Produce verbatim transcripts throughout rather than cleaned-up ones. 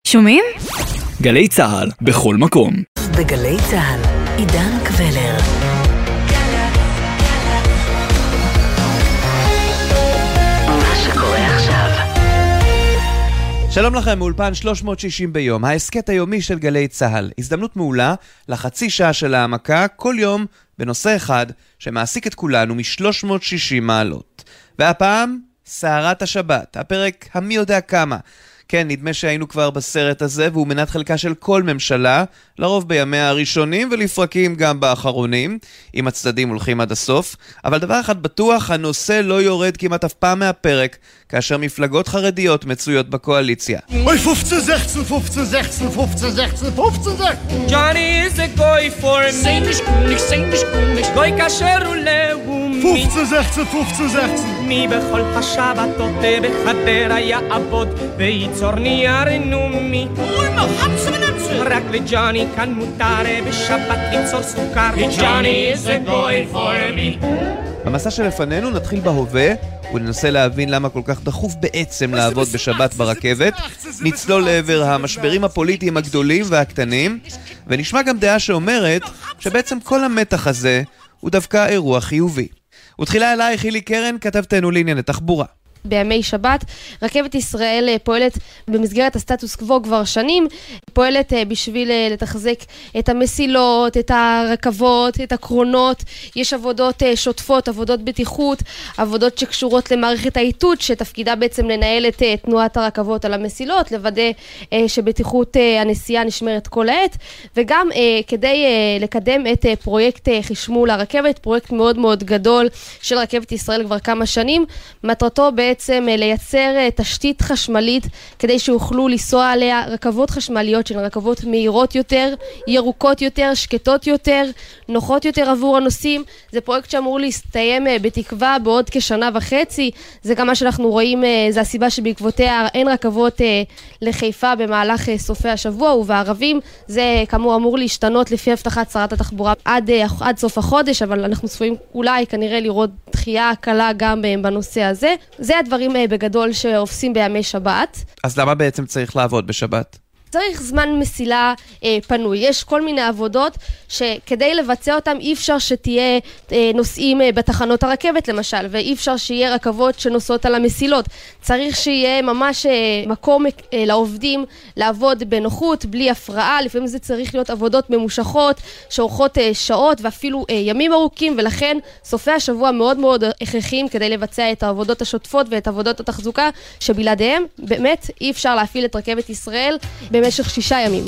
שומעים? גלי צהל, בכל מקום. בגלי צהל, עידן קבלר. מה שקורה עכשיו. שלום לכם, מאולפן שלוש מאות שישים ביום, העסקת היומי של גלי צהל. הזדמנות מעולה לחצי שעה של העמקה, כל יום בנושא אחד שמעסיק את כולנו מ-שלוש מאות שישים מעלות. והפעם, סערת השבת, הפרק המי יודע כמה. כן, נדמה שהיינו כבר בסרט הזה, והוא מנת חלקה של כל ממשלה, לרוב בימיה הראשונים ולפרקים גם באחרונים, אם הצדדים הולכים עד הסוף. אבל דבר אחד בטוח, הנושא לא יורד כמעט אף פעם מהפרק, כאשר מפלגות חרדיות מצויות בקואליציה. אוי, חמש עשרה, שש עשרה, חמש עשרה, שש עשרה, חמש עשרה, שש עשרה, חמש עשרה. Johnny is a goy for me. Say nicht nicht, say nicht nicht. Goy kasher uleu. חמש עשרה, שש עשרה, חמש עשרה, שש עשרה. מי בכל השבתות בחדרה יעבוד ויצור נייר נומי. אוי, מה חמש מנצר. רק לג'וני כאן מותר בשבת ליצור סוכר. Johnny is a goy for me. במסע שלפנינו נתחיל בהווה וננסה להבין למה כל כך דחוף בעצם לעבוד בשבת ברכבת. נצלול לעבר המשברים הפוליטיים הגדולים והקטנים, ונשמע גם דעה שאומרת שבעצם כל המתח הזה הוא דווקא אירוע חיובי. ותחילה אליי חילי קרן, כתבתנו לענייני תחבורה. בימי שבת, רכבת ישראל פועלת במסגרת הסטטוס קוו כבר שנים, פועלת בשביל לתחזק את המסילות, את הרכבות, את הקרונות. יש עבודות שוטפות, עבודות בטיחות, עבודות שקשורות למערכת האיתות, שתפקידה בעצם לנהל את תנועת הרכבות על המסילות, לוודא שבטיחות הנסיעה נשמרת כל העת, וגם כדי לקדם את פרויקט חשמול הרכבת, פרויקט מאוד מאוד גדול של רכבת ישראל כבר כמה שנים. מטרתו בעצם לייצר תשתית חשמלית כדי שיוכלו לנסוע עליה רכבות חשמליות של רכבות מהירות יותר, ירוקות יותר, שקטות יותר, נוחות יותר עבור הנוסעים. זה פרויקט שאמור להסתיים בתקווה בעוד כשנה וחצי. זה גם מה שאנחנו רואים, זה הסיבה שבעקבותיה אין רכבות לחיפה במהלך סופי השבוע ובערבים. זה כאמור אמור להשתנות לפי הבטחת שרת התחבורה עד, עד סוף החודש, אבל אנחנו צפויים אולי כנראה לראות דחייה קלה גם בנושא הזה. זה הדברים בגדול שעופסים בימי שבת. אז למה בעצם צריך לעבוד בשבת? צריך זמן מסילה אה, פנוי. יש כל מיני עבודות שכדי לבצע אותם אי אפשר שתהיה אה, נוסעים אה, בתחנות הרכבת למשל, ואי אפשר שיהיה רכבות שנוסעות על המסילות. צריך שיהיה ממש אה, מקום אה, לעובדים לעבוד בנוחות, בלי הפרעה. לפעמים זה צריך להיות עבודות ממושכות, שאורכות אה, שעות ואפילו אה, ימים ארוכים, ולכן סופי השבוע מאוד מאוד הכרחיים כדי לבצע את העבודות השוטפות ואת עבודות התחזוקה, שבלעדיהם באמת אי אפשר להפעיל את רכבת ישראל במשך שישה ימים.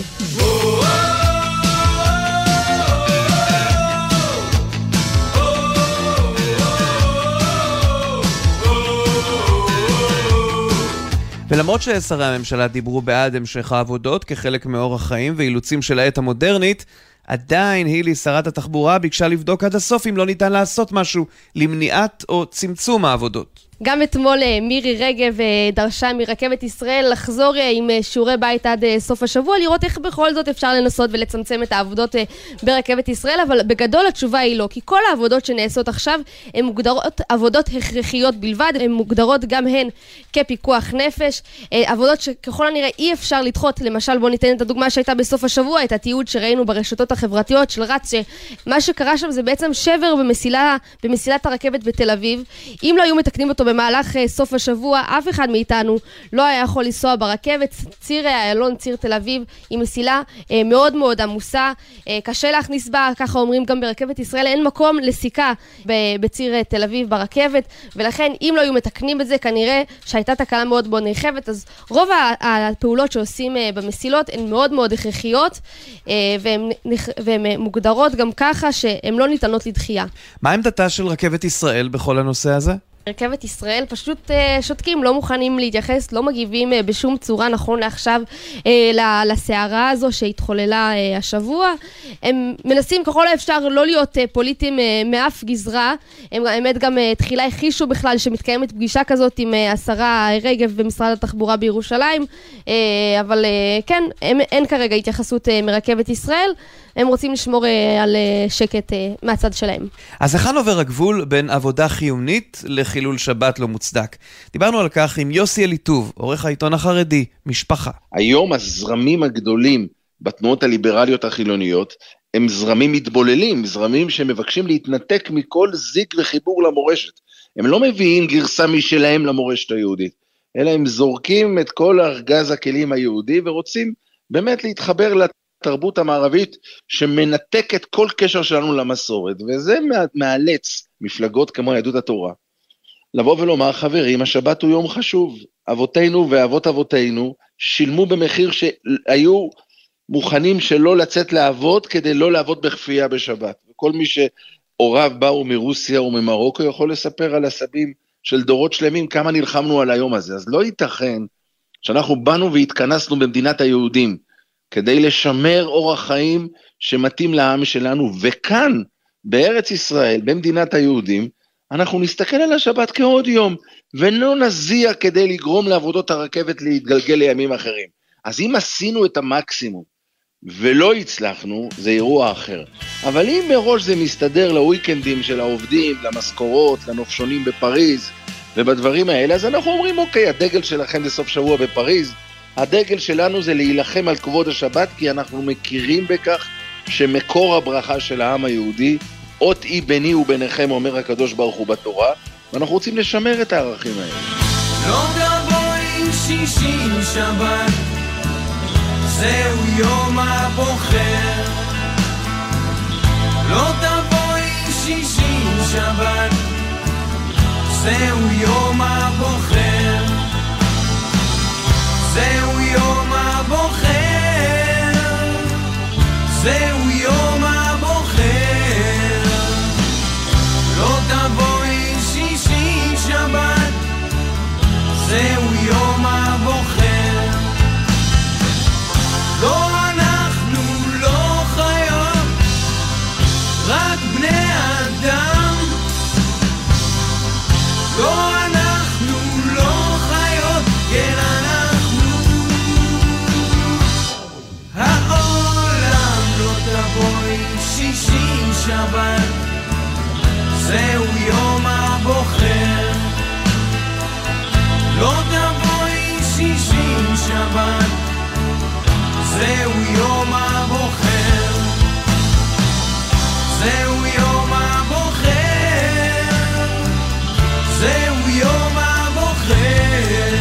ולמרות ששרי הממשלה דיברו בעד המשך העבודות כחלק מאורח חיים ואילוצים של העת המודרנית, עדיין הילי, שרת התחבורה, ביקשה לבדוק עד הסוף אם לא ניתן לעשות משהו למניעת או צמצום העבודות. גם אתמול מירי רגב דרשה מרכבת ישראל לחזור עם שיעורי בית עד סוף השבוע, לראות איך בכל זאת אפשר לנסות ולצמצם את העבודות ברכבת ישראל, אבל בגדול התשובה היא לא, כי כל העבודות שנעשות עכשיו הן מוגדרות עבודות הכרחיות בלבד, הן מוגדרות גם הן כפיקוח נפש, עבודות שככל הנראה אי אפשר לדחות. למשל בוא ניתן את הדוגמה שהייתה בסוף השבוע, את התיעוד שראינו ברשתות החברתיות של רץ, שמה שקרה שם זה בעצם שבר במסילה, במסילת הרכבת בתל אביב. אם לא היו מתקנים אותו במהלך סוף השבוע, אף אחד מאיתנו לא היה יכול לנסוע ברכבת. ציר איילון, ציר תל אביב, היא מסילה מאוד מאוד עמוסה, קשה להכניס בה, ככה אומרים גם ברכבת ישראל, אין מקום לסיכה בציר תל אביב ברכבת, ולכן אם לא היו מתקנים את זה, כנראה שהייתה תקלה מאוד מאוד נרחבת. אז רוב הפעולות שעושים במסילות הן מאוד מאוד הכרחיות, והן מוגדרות גם ככה שהן לא ניתנות לדחייה. מה עמדתה של רכבת ישראל בכל הנושא הזה? רכבת ישראל פשוט uh, שותקים, לא מוכנים להתייחס, לא מגיבים uh, בשום צורה נכון לעכשיו uh, לסערה הזו שהתחוללה uh, השבוע. הם מנסים ככל האפשר לא להיות uh, פוליטיים uh, מאף גזרה. הם האמת גם uh, תחילה הכישו בכלל שמתקיימת פגישה כזאת עם uh, השרה רגב במשרד התחבורה בירושלים, uh, אבל uh, כן, הם, אין כרגע התייחסות uh, מרכבת ישראל, הם רוצים לשמור אה, על אה, שקט אה, מהצד שלהם. אז היכן עובר הגבול בין עבודה חיונית לחילול שבת לא מוצדק? דיברנו על כך עם יוסי אליטוב, עורך העיתון החרדי, משפחה. היום הזרמים הגדולים בתנועות הליברליות החילוניות, הם זרמים מתבוללים, זרמים שמבקשים להתנתק מכל זיג וחיבור למורשת. הם לא מביאים גרסה משלהם למורשת היהודית, אלא הם זורקים את כל ארגז הכלים היהודי, ורוצים באמת להתחבר לתרבות המערבית, שמנתק את כל קשר שלנו למסורת, וזה מאלץ מפלגות כמו יהדות התורה, לבוא ולומר, חברים, השבת הוא יום חשוב, אבותינו ואבות אבותינו, שילמו במחיר שהיו מוכנים שלא לצאת לעבוד, כדי לא לעבוד בכפייה בשבת, וכל מי שהוריו באו מרוסיה וממרוקו, יכול לספר על הסבים של דורות שלמים, כמה נלחמנו על היום הזה. אז לא ייתכן שאנחנו באנו והתכנסנו במדינת היהודים, כדי לשמר אורח חיים שמתאים לעם שלנו, וכאן, בארץ ישראל, במדינת היהודים, אנחנו נסתכל על השבת כעוד יום, ולא נזיע כדי לגרום לעבודות הרכבת להתגלגל לימים אחרים. אז אם עשינו את המקסימום, ולא הצלחנו, זה אירוע אחר. אבל אם מראש זה מסתדר לוויקנדים של העובדים, למשכורות, לנופשונים בפריז, ובדברים האלה, אז אנחנו אומרים, אוקיי, הדגל שלכם זה סוף שבוע בפריז, הדגל שלנו זה להילחם על כבוד השבת, כי אנחנו מכירים בכך שמקור הברכה של העם היהודי, אות אי ביני וביניכם, אומר הקדוש ברוך הוא בתורה, ואנחנו רוצים לשמר את הערכים האלה. לא תבואי שישי שבת, זהו יום הבוחר. לא תבואי שישי שבת, זהו יום הבוחר. זהו יום הבוחר, זהו יום הבוחר. לא תבואי שישי שבת, זהו יום הבוחר. לא אנחנו לא חיות, רק בני אדם. לא אנחנו לא חיות, כן אנחנו. העולם לא תבואי שישי שבת, זהו יום הבוחר. לא תבואי שישי שבת, זהו יום הבוחר. זהו יום הבוחר, זהו יום הבוחר.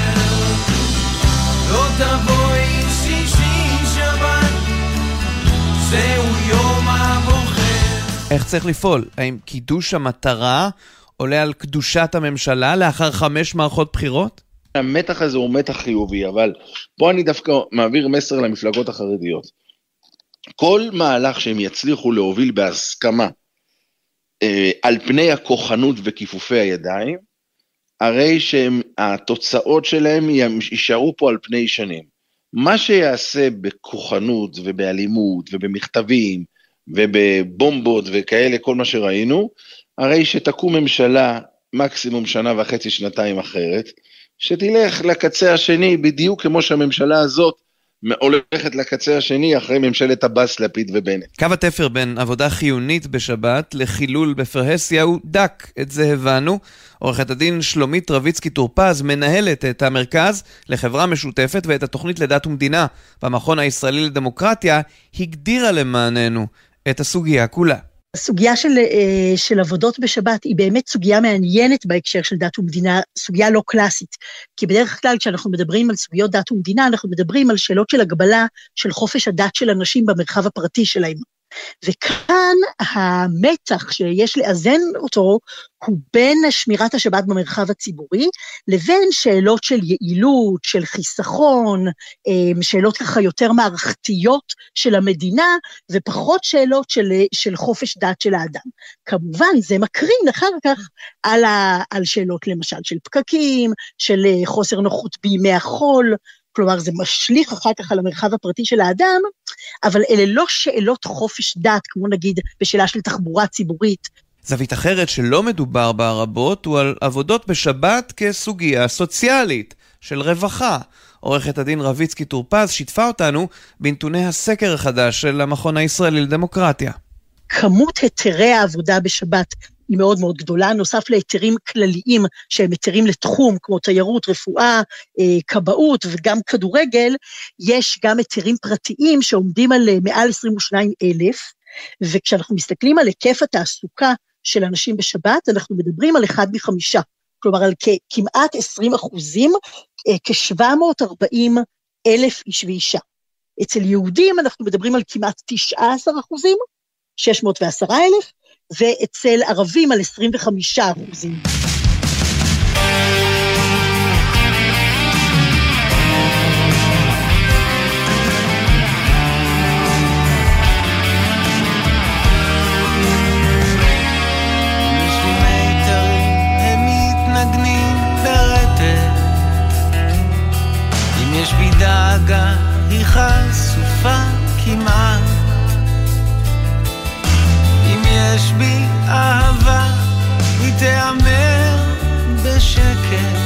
לא תבואי שישי שבת, זהו יום הבוחר. איך צריך לפעול? האם קידוש המטרה עולה על קדושת הממשלה לאחר חמש מערכות בחירות? המתח הזה הוא מתח חיובי, אבל פה אני דווקא מעביר מסר למפלגות החרדיות. כל מהלך שהם יצליחו להוביל בהסכמה אה, על פני הכוחנות וכיפופי הידיים, הרי שהתוצאות שלהם יישארו פה על פני שנים. מה שיעשה בכוחנות ובאלימות ובמכתבים ובבומבות וכאלה, כל מה שראינו, הרי שתקום ממשלה מקסימום שנה וחצי, שנתיים אחרת, שתלך לקצה השני, בדיוק כמו שהממשלה הזאת הולכת לקצה השני אחרי ממשלת הבאס, לפיד ובנט. קו התפר בין עבודה חיונית בשבת לחילול בפרהסיה הוא דק, את זה הבנו. עורכת הדין שלומית רביצקי טורפז מנהלת את המרכז לחברה משותפת ואת התוכנית לדת ומדינה במכון הישראלי לדמוקרטיה, הגדירה למעננו את הסוגיה כולה. הסוגיה של, של עבודות בשבת היא באמת סוגיה מעניינת בהקשר של דת ומדינה, סוגיה לא קלאסית, כי בדרך כלל כשאנחנו מדברים על סוגיות דת ומדינה, אנחנו מדברים על שאלות של הגבלה של חופש הדת של אנשים במרחב הפרטי שלהם. וכאן המתח שיש לאזן אותו הוא בין שמירת השבת במרחב הציבורי לבין שאלות של יעילות, של חיסכון, שאלות ככה יותר מערכתיות של המדינה ופחות שאלות של, של חופש דת של האדם. כמובן זה מקרין אחר כך על, ה, על שאלות למשל של פקקים, של חוסר נוחות בימי החול, כלומר זה משליך אחר כך על המרחב הפרטי של האדם, אבל אלה לא שאלות חופש דת, כמו נגיד בשאלה של תחבורה ציבורית. זווית אחרת שלא מדובר בה רבות הוא על עבודות בשבת כסוגיה סוציאלית של רווחה. עורכת הדין רביצקי טורפז שיתפה אותנו בנתוני הסקר החדש של המכון הישראלי לדמוקרטיה. כמות היתרי העבודה בשבת היא מאוד מאוד גדולה, נוסף להיתרים כלליים שהם היתרים לתחום, כמו תיירות, רפואה, כבאות וגם כדורגל, יש גם היתרים פרטיים שעומדים על מעל עשרים ושניים אלף, וכשאנחנו מסתכלים על היקף התעסוקה של אנשים בשבת, אנחנו מדברים על אחד מחמישה, כלומר על כמעט עשרים אחוזים, כ-שבע מאות וארבעים אלף איש ואישה. אצל יהודים אנחנו מדברים על כמעט תשעה עשר אחוזים, שש מאות ועשרה אלף, ואצל ערבים על עשרים וחמישה אחוזים. יש בי דאגה, היא חשופה כמעט. אם יש בי אהבה, היא תאמר בשקט.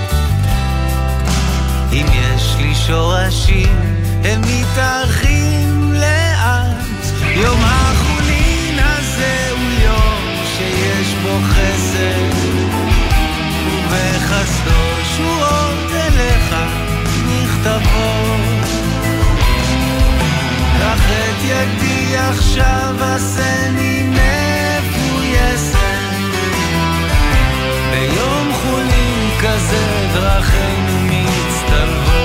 אם יש לי שורשים, הם מתארחים לאט. יום החולין הזה הוא יום שיש בו חסד, ובחסדו שורות אליך נכתבות. קח את ידי עכשיו עשני מפויסת, ביום חולין כזה דרכינו מצטלבות.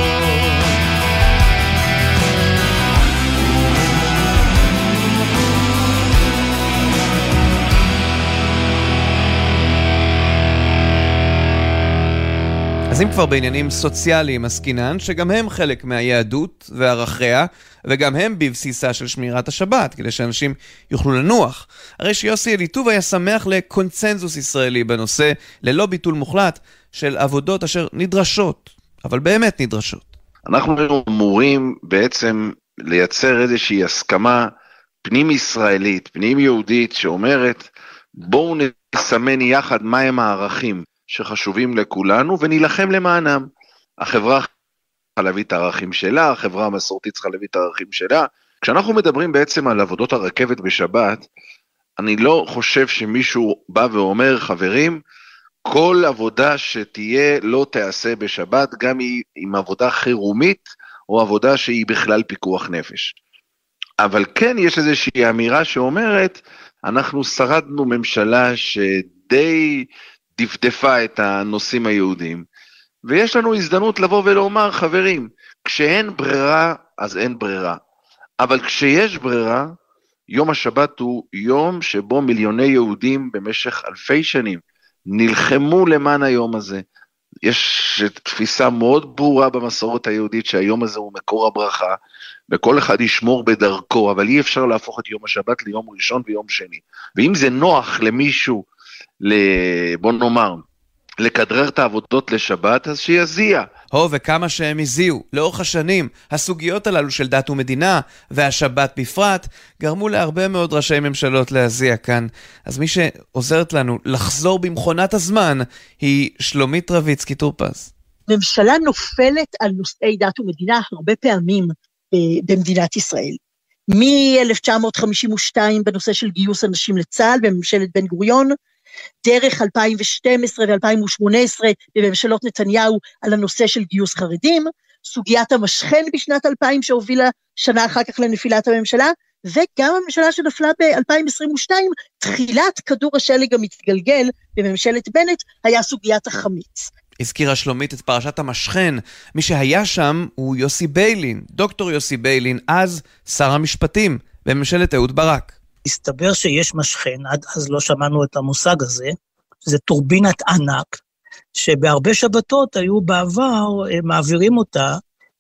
אז אם כבר בעניינים סוציאליים עסקינן, שגם הם חלק מהיהדות וערכיה, וגם הם בבסיסה של שמירת השבת, כדי שאנשים יוכלו לנוח. הרי שיוסי אליטוב היה שמח לקונצנזוס ישראלי בנושא, ללא ביטול מוחלט, של עבודות אשר נדרשות, אבל באמת נדרשות. אנחנו אמורים בעצם לייצר איזושהי הסכמה פנים ישראלית, פנים יהודית, שאומרת, בואו נסמן יחד מהם הערכים שחשובים לכולנו, ונילחם למענם. החברה צריכה להביא את הערכים שלה, החברה המסורתית צריכה להביא את הערכים שלה. כשאנחנו מדברים בעצם על עבודות הרכבת בשבת, אני לא חושב שמישהו בא ואומר, חברים, כל עבודה שתהיה לא תעשה בשבת, גם היא עם עבודה חירומית, או עבודה שהיא בכלל פיקוח נפש. אבל כן יש איזושהי אמירה שאומרת, אנחנו שרדנו ממשלה שדי דפדפה את הנושאים היהודים, ויש לנו הזדמנות לבוא ולומר, חברים, כשאין ברירה, אז אין ברירה. אבל כשיש ברירה, יום השבת הוא יום שבו מיליוני יהודים במשך אלפי שנים נלחמו למען היום הזה. יש תפיסה מאוד ברורה במסורת היהודית שהיום הזה הוא מקור הברכה, וכל אחד ישמור בדרכו, אבל אי אפשר להפוך את יום השבת ליום ראשון ויום שני. ואם זה נוח למישהו, בוא נאמר, לכדרר את העבודות לשבת, אז שיזיע. הו, וכמה שהם הזיעו. לאורך השנים, הסוגיות הללו של דת ומדינה, והשבת בפרט, גרמו להרבה מאוד ראשי ממשלות להזיע כאן. אז מי שעוזרת לנו לחזור במכונת הזמן, היא שלומית רביצקי טורפז. ממשלה נופלת על נושאי דת ומדינה הרבה פעמים במדינת ישראל. מ-אלף תשע מאות חמישים ושתיים בנושא של גיוס אנשים לצה"ל, בממשלת בן גוריון, דרך אלפיים ושתים עשרה ו-אלפיים ושמונה עשרה בממשלות נתניהו על הנושא של גיוס חרדים, סוגיית המשכן בשנת אלפיים שהובילה שנה אחר כך לנפילת הממשלה, וגם הממשלה שנפלה ב-אלפיים עשרים ושתיים, תחילת כדור השלג המתגלגל בממשלת בנט, היה סוגיית החמיץ. הזכירה שלומית את פרשת המשכן, מי שהיה שם הוא יוסי ביילין, דוקטור יוסי ביילין, אז שר המשפטים בממשלת אהוד ברק. הסתבר שיש משכן, עד אז לא שמענו את המושג הזה, זה טורבינת ענק, שבהרבה שבתות היו בעבר, מעבירים אותה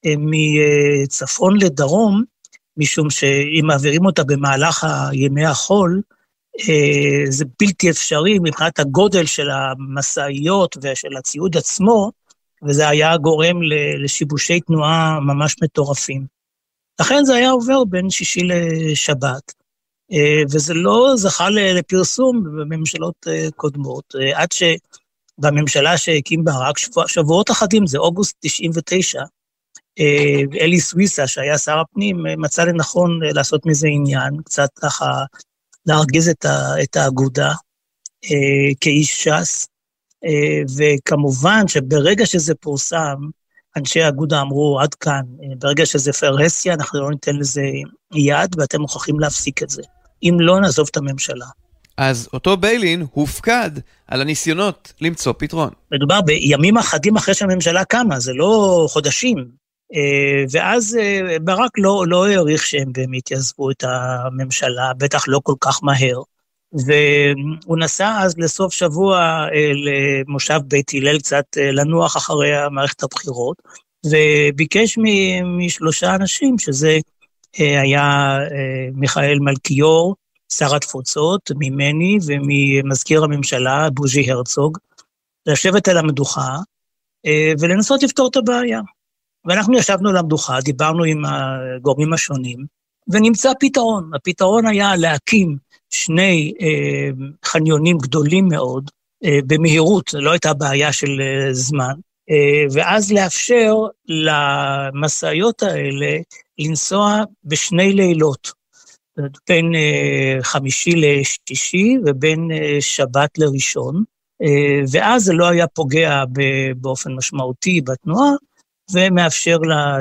מצפון לדרום, משום שאם מעבירים אותה במהלך ימי החול, זה בלתי אפשרי מבחינת הגודל של המסעיות ושל הציוד עצמו, וזה היה גורם לשיבושי תנועה ממש מטורפים. לכן זה היה עובר בין שישי לשבת, וזה לא זכה לפרסום בממשלות קודמות, עד שבממשלה שהקים ברק, שבוע, שבועות אחדים, זה אוגוסט תשעים ותשע, אלי סוויסה, שהיה שר הפנים, מצא לנכון לעשות מזה עניין, קצת ככה להרגיז את, ה, את האגודה כאיש ש"ס, וכמובן שברגע שזה פורסם, אנשי האגודה אמרו, עד כאן, ברגע שזה פרהסיה, אנחנו לא ניתן לזה יד, ואתם מוכרחים להפסיק את זה. אם לא, נעזוב את הממשלה. אז אותו ביילין הופקד על הניסיונות למצוא פתרון. מדובר בימים אחדים אחרי שהממשלה קמה, זה לא חודשים. ואז ברק לא, לא העריך שהם באמת יעזבו את הממשלה, בטח לא כל כך מהר. והוא נסע אז לסוף שבוע למושב בית הלל, קצת לנוח אחרי מערכת הבחירות, וביקש משלושה אנשים, שזה היה מיכאל מלכיאור, שר התפוצות, ממני וממזכיר הממשלה, בוז'י הרצוג, לשבת על המדוכה ולנסות לפתור את הבעיה. ואנחנו ישבנו על המדוכה, דיברנו עם הגורמים השונים, ונמצא פתרון. הפתרון היה להקים שני אה, חניונים גדולים מאוד, אה, במהירות, לא הייתה בעיה של אה, זמן, אה, ואז לאפשר למסעיות האלה לנסוע בשני לילות, בין אה, חמישי לשישי ובין אה, שבת לראשון, אה, ואז זה לא היה פוגע באופן משמעותי בתנועה, ומאפשר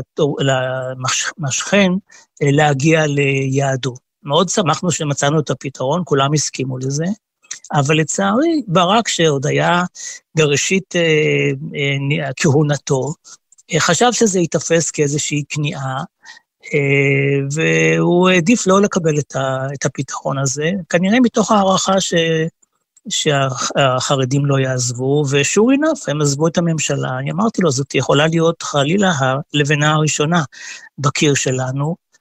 למשכן אה, להגיע ליעדו. מאוד שמחנו שמצאנו את הפתרון, כולם הסכימו לזה, אבל לצערי, ברק שעוד היה בראשית אה, אה, כהונתו, אה, חשב שזה יתפס כאיזושהי כניעה, אה, והוא העדיף לא לקבל את, ה, את הפתרון הזה, כנראה מתוך הערכה ש, שהחרדים לא יעזבו, ושור אינף, הם עזבו את הממשלה, אני אמרתי לו, זאת יכולה להיות חלילה הלבנה הראשונה בקיר שלנו,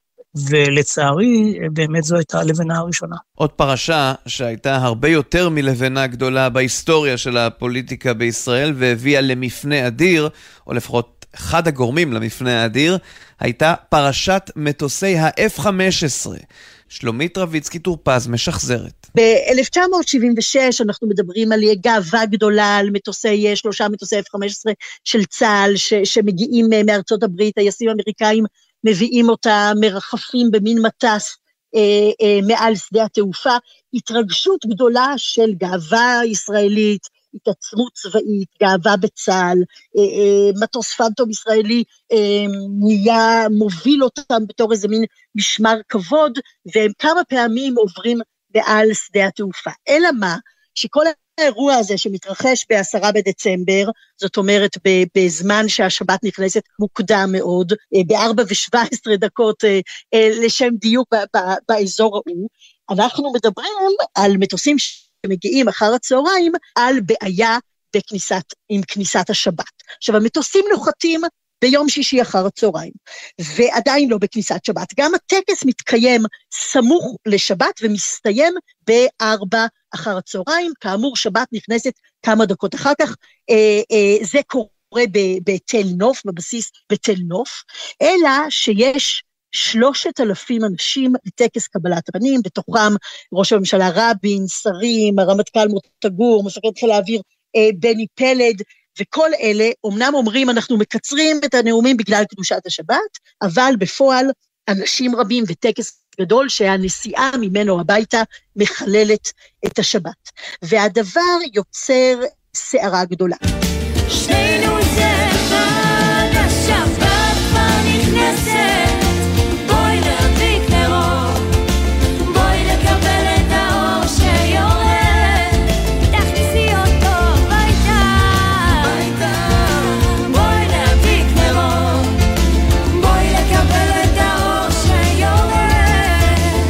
ולצערי, באמת זו הייתה הלבנה הראשונה. עוד פרשה שהייתה הרבה יותר מלבנה גדולה בהיסטוריה של הפוליטיקה בישראל, והביאה למפנה אדיר, או לפחות אחד הגורמים למפנה האדיר, הייתה פרשת מטוסי ה-אף חמש עשרה. שלומית רביצקי טורפז משחזרת. ב-אלף תשע מאות שבעים ושש אנחנו מדברים על גאווה גדולה, על מטוסי, שלושה מטוסי אף חמש עשרה של צה"ל, ש- שמגיעים מארצות הברית, היסים האמריקאים, מביאים אותה מרחפים במין מטס אה, אה, מעל שדה התעופה, התרגשות גדולה של גאווה ישראלית, התעצמות צבאית, גאווה בצה"ל, אה, אה, מטוס פנטום ישראלי אה, נהיה, מוביל אותם בתור איזה מין משמר כבוד, והם כמה פעמים עוברים מעל שדה התעופה. אלא מה? שכל האירוע הזה שמתרחש בעשרה בדצמבר, זאת אומרת בזמן שהשבת נכנסת מוקדם מאוד, בארבע ושבע עשרה דקות לשם דיוק באזור ההוא, אנחנו מדברים על מטוסים שמגיעים אחר הצהריים, על בעיה בכניסת, עם כניסת השבת. עכשיו המטוסים נוחתים ביום שישי אחר הצהריים, ועדיין לא בכניסת שבת. גם הטקס מתקיים סמוך לשבת ומסתיים בארבע אחר הצהריים, כאמור שבת נכנסת כמה דקות אחר כך, אה, אה, זה קורה בתל נוף, בבסיס בתל נוף, אלא שיש שלושת אלפים אנשים לטקס קבלת הפנים, בתוכם ראש הממשלה רבין, שרים, הרמטכ"ל מוטה גור, מפקד חיל האוויר אה, בני פלד, וכל אלה, אמנם אומרים, אנחנו מקצרים את הנאומים בגלל קדושת השבת, אבל בפועל, אנשים רבים וטקס גדול, שהנסיעה ממנו הביתה מחללת את השבת. והדבר יוצר סערה גדולה. שנינו זה אחד, השבת כבר נכנסת, בואי נדליק נרות, בואי לקבל את האור שיורד, תכניסי אותו ביתה, בואי נדליק נרות, בואי לקבל את האור שיורד,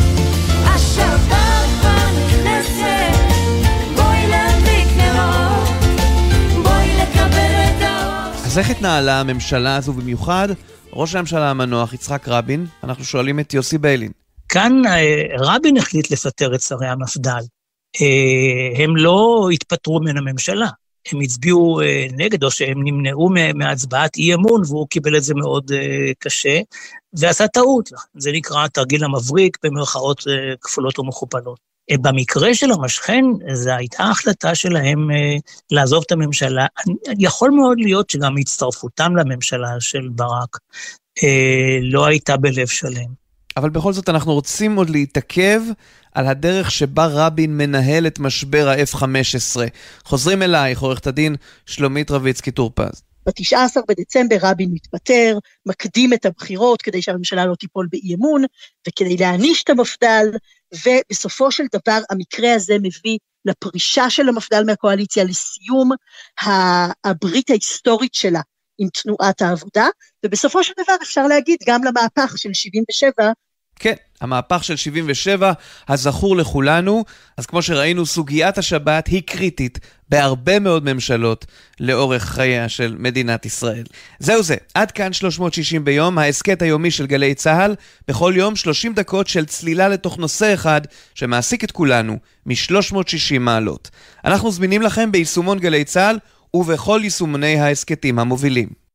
השבת כבר נכנסת, בואי נדליק נרות, בואי לקבל את האור. אז איך התנהלה הממשלה הזו במיוחד? ראש הממשלה המנוח יצחק רבין, אנחנו שואלים את יוסי ביילין. כאן רבין החליט לפטר את שרי המפד"ל. הם לא התפטרו מן הממשלה, הם הצביעו נגד, או שהם נמנעו מהצבעת אי אמון, והוא קיבל את זה מאוד קשה, ועשה טעות. זה נקרא תרגיל המבריק, במרכאות כפולות ומכופלות. במקרה של המשכן, זו הייתה החלטה שלהם לעזוב את הממשלה. יכול מאוד להיות שגם הצטרפותם לממשלה של ברק לא הייתה בלב שלם. אבל בכל זאת אנחנו רוצים עוד להתעכב על הדרך שבה רבין מנהל את משבר ה-אף חמש עשרה. חוזרים אלייך, עורכת הדין שלומית רביצקי טורפז. ב-תשעה עשר בדצמבר רבין מתפטר, מקדים את הבחירות כדי שהממשלה לא תיפול באי אמון, וכדי להעניש את המפד"ל, ובסופו של דבר המקרה הזה מביא לפרישה של המפד"ל מהקואליציה, לסיום הברית ההיסטורית שלה עם תנועת העבודה, ובסופו של דבר אפשר להגיד גם למהפך של שבעים ושבע, כן, המהפך של שבעים ושבע, הזכור לכולנו, אז כמו שראינו, סוגיית השבת היא קריטית בהרבה מאוד ממשלות לאורך חייה של מדינת ישראל. זהו זה, עד כאן שלוש מאות שישים ביום, ההסקט היומי של גלי צהל, בכל יום שלושים דקות של צלילה לתוך נושא אחד שמעסיק את כולנו מ-שלוש מאות שישים מעלות. אנחנו זמינים לכם ביישומון גלי צהל ובכל יישומוני ההסקטים המובילים.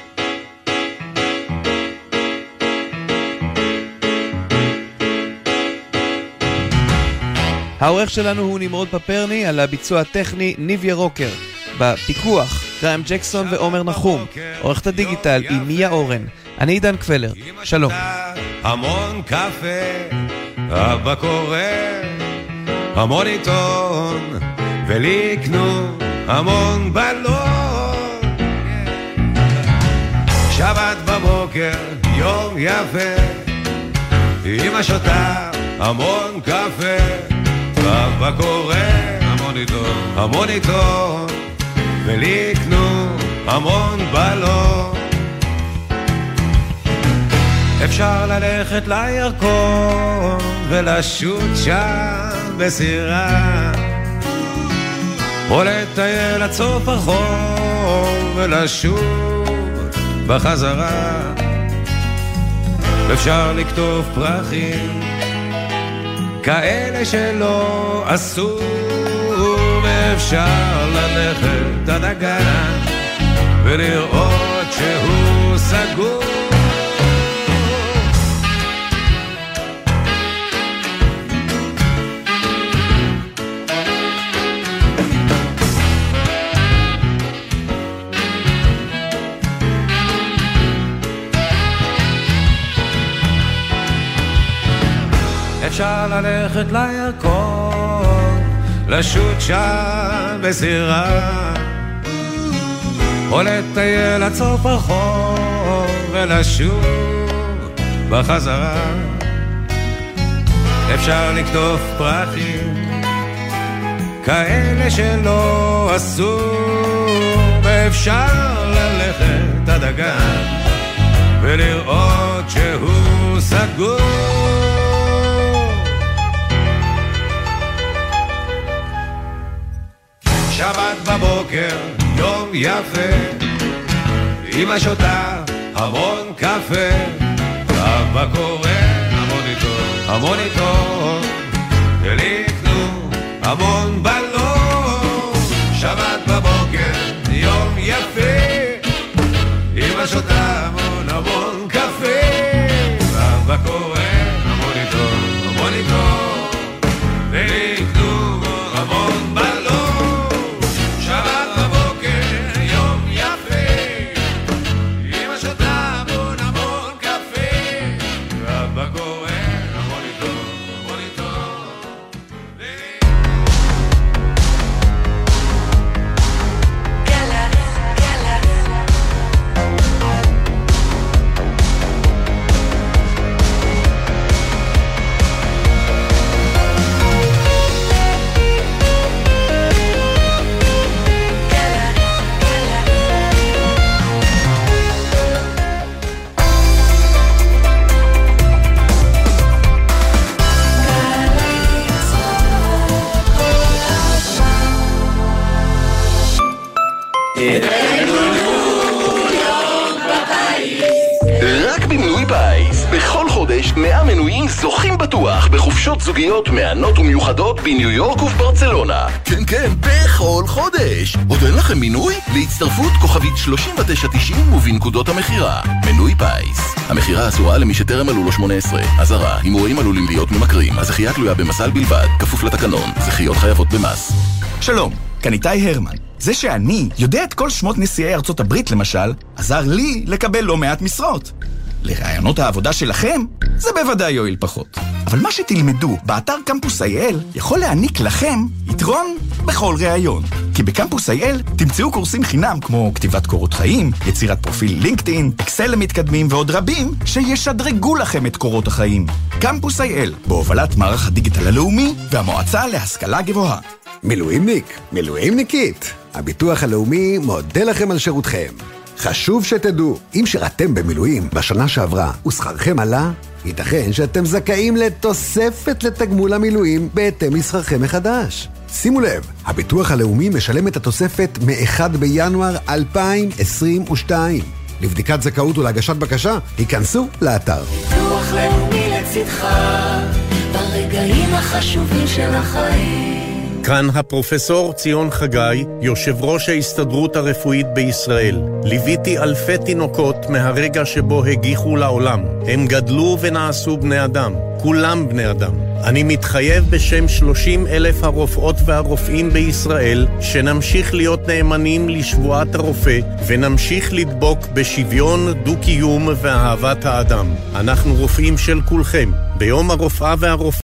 העורך שלנו הוא נמרוד פפרני, על הביצוע הטכני ניב ירוקר, בפיקוח גרם ג'קסון ועומר נחום, עורכת הדיגיטל היא מיה אורן, אני עידן קבלר, שלום. המון קפה, אבא קורא, המון עיתון, ולקנו המון בלון. שבת בבוקר, יום יפה, אמא שותה המון קפה, אבא קורא המון עיתון, המון עיתון, ולקנו המון בלון. אפשר ללכת לירקון ולשוט שם בסירה, או לטייל עד סוף הרחוב ולשוב בחזרה. אפשר לכתוב פרחים כאלה שלא עשו, ואפשר ללכת עד הגן ולראות שהוא סגור. אפשר ללכת לירקון, לשוט שם בסירה, או לטייל עד סוף הרחוב ולשוב בחזרה. אפשר לקטוף פרחים כאלה שלא עשו, ואפשר ללכת עד הגן ולראות שהוא סגור. שבת בבוקר, יום יפה, אמא שותה המון קפה, אבא קורא המון עיתון, המון עיתון, ולקנו המון בלון. שבת בבוקר, יום יפה, אמא שותה המון המון קפה, אבא קורא המון עיתון, המון עיתון, ולקנו המון בלון. חודש מאה מנויים זוכים בטוח בחופשות זוגיות מענות ומיוחדות בניו יורק ובברצלונה. כן כן, בכל חודש. עוד אין לכם מינוי? להצטרפות כוכבית שלושים ותשע תשעים ובנקודות המחירה. מנוי פייס. המחירה אסורה למי שטרם מלאו לו שמונה עשרה. אזהרה, הימורים עלולים להיות ממכרים. הזכייה תלויה במזל בלבד, כפוף לתקנון. זכיות חייבות במס. שלום, כאן איתי הרמן. זה שאני יודע את כל שמות נשיאי ארצות הברית למשל, עזר לי לקבל לא מעט משרות. לרעיונות העבודה שלכם, זה בוודאי יועיל פחות. אבל מה שתלמדו באתר קמפוס איי אל יכול להעניק לכם יתרון בכל רעיון. כי בקמפוס איי אל תמצאו קורסים חינם כמו כתיבת קורות חיים, יצירת פרופיל לינקדאין, אקסל למתקדמים ועוד רבים שישדרגו לכם את קורות החיים. קמפוס איי אל, בהובלת מערך הדיגיטל הלאומי והמועצה להשכלה גבוהה. מילואימניק, מילואימניקית. הביטוח הלאומי מודה לכם על שירותכם. חשוב שתדעו, אם שירתם במילואים בשנה שעברה ושכרכם עלה, ייתכן שאתם זכאים לתוספת לתגמול המילואים בהתאם לשכרכם מחדש. שימו לב, הביטוח הלאומי משלם את התוספת מ-אחד בינואר אלפיים עשרים ושתיים. לבדיקת זכאות ולהגשת בקשה, היכנסו לאתר. ביטוח לאומי לצדך, ברגעים החשובים של החיים. כאן הפרופסור ציון חגי, יושב ראש ההסתדרות הרפואית בישראל. ליוויתי אלפי תינוקות מהרגע שבו הגיחו לעולם. הם גדלו ונעשו בני אדם. כולם בני אדם. אני מתחייב בשם שלושים אלף הרופאות והרופאים בישראל שנמשיך להיות נאמנים לשבועת הרופא ונמשיך לדבוק בשוויון, דו-קיום ואהבת האדם. אנחנו רופאים של כולכם. ביום הרופאה והרופא